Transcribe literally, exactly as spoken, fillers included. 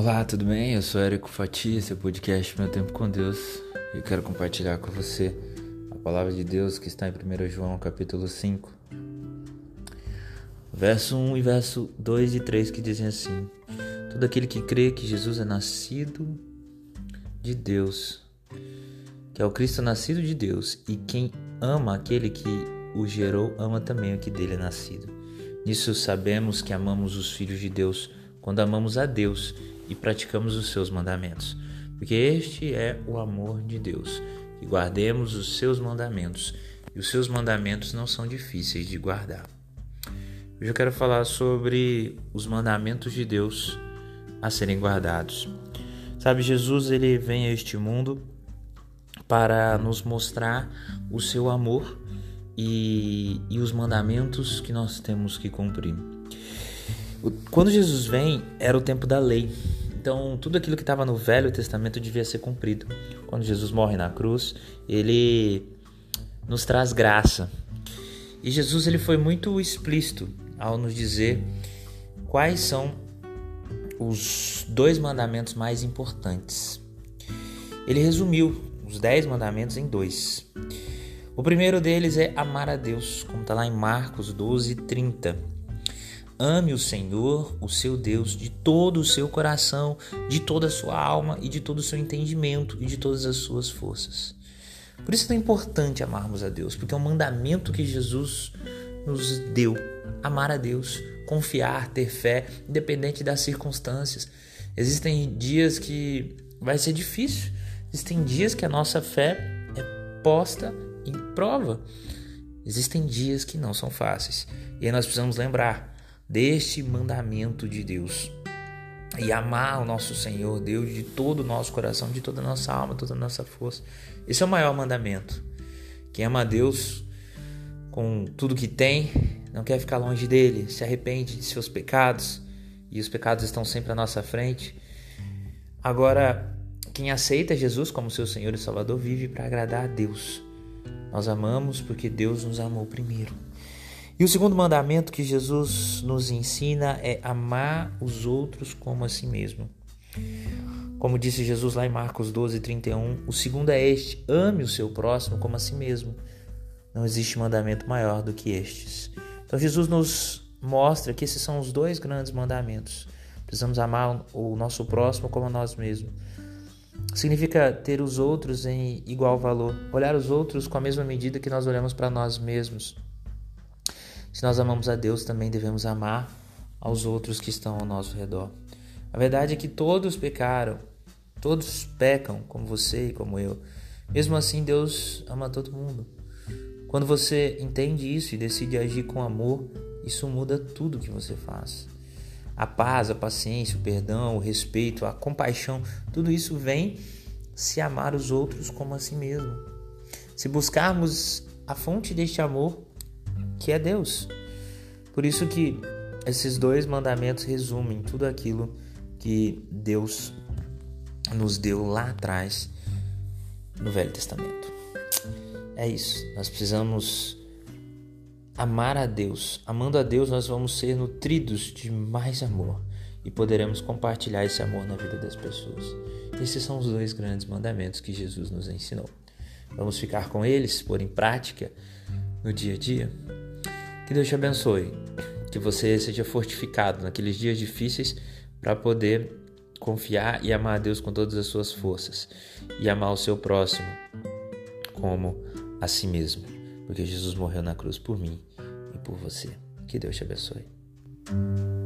Olá, tudo bem? Eu sou Érico Fati, esse é o podcast Meu Tempo com Deus. Eu quero compartilhar com você a palavra de Deus que está em primeiro João, capítulo cinco, verso um e verso dois e três, que dizem assim: todo aquele que crê que Jesus é nascido de Deus, que é o Cristo nascido de Deus, e quem ama aquele que o gerou, ama também o que dele é nascido. Nisso sabemos que amamos os filhos de Deus, quando amamos a Deus e praticamos os seus mandamentos, porque este é o amor de Deus, que guardemos os seus mandamentos, e os seus mandamentos não são difíceis de guardar. Hoje eu quero falar sobre os mandamentos de Deus a serem guardados. Sabe, Jesus ele vem a este mundo para nos mostrar o seu amor e, e os mandamentos que nós temos que cumprir. Quando Jesus vem, era o tempo da lei. Então, tudo aquilo que estava no Velho Testamento devia ser cumprido. Quando Jesus morre na cruz, ele nos traz graça. E Jesus ele foi muito explícito ao nos dizer quais são os dois mandamentos mais importantes. Ele resumiu os dez mandamentos em dois. O primeiro deles é amar a Deus, como está lá em Marcos doze, trinta. Ame o Senhor, o seu Deus, de todo o seu coração, de toda a sua alma e de todo o seu entendimento e de todas as suas forças. Por isso é tão importante amarmos a Deus, porque é um mandamento que Jesus nos deu. Amar a Deus, confiar, ter fé, independente das circunstâncias. Existem dias que vai ser difícil. Existem dias que a nossa fé é posta em prova. Existem dias que não são fáceis. E aí nós precisamos lembrar deste mandamento de Deus e amar o nosso Senhor Deus de todo o nosso coração, de toda a nossa alma, toda a nossa força. Esse é o maior mandamento. Quem ama a Deus com tudo que tem, não quer ficar longe dele, se arrepende de seus pecados, e os pecados estão sempre à nossa frente. Agora, quem aceita Jesus como seu Senhor e Salvador vive para agradar a Deus. Nós amamos porque Deus nos amou primeiro. E o segundo mandamento que Jesus nos ensina é amar os outros como a si mesmo. Como disse Jesus lá em Marcos doze, trinta e um, o segundo é este: ame o seu próximo como a si mesmo. Não existe mandamento maior do que estes. Então Jesus nos mostra que esses são os dois grandes mandamentos. Precisamos amar o nosso próximo como a nós mesmos. Significa ter os outros em igual valor, olhar os outros com a mesma medida que nós olhamos para nós mesmos. Se nós amamos a Deus, também devemos amar aos outros que estão ao nosso redor. A verdade é que todos pecaram, todos pecam, como você e como eu. Mesmo assim, Deus ama todo mundo. Quando você entende isso e decide agir com amor, isso muda tudo que você faz. A paz, a paciência, o perdão, o respeito, a compaixão, tudo isso vem se amar os outros como a si mesmo. Se buscarmos a fonte deste amor, que é Deus. Por isso que esses dois mandamentos resumem tudo aquilo que Deus nos deu lá atrás no Velho Testamento. É isso, nós precisamos amar a Deus. Amando a Deus, nós vamos ser nutridos de mais amor e poderemos compartilhar esse amor na vida das pessoas. Esses são os dois grandes mandamentos que Jesus nos ensinou. Vamos ficar com eles, pôr em prática no dia a dia? Que Deus te abençoe, que você seja fortificado naqueles dias difíceis para poder confiar e amar a Deus com todas as suas forças e amar o seu próximo como a si mesmo, porque Jesus morreu na cruz por mim e por você. Que Deus te abençoe.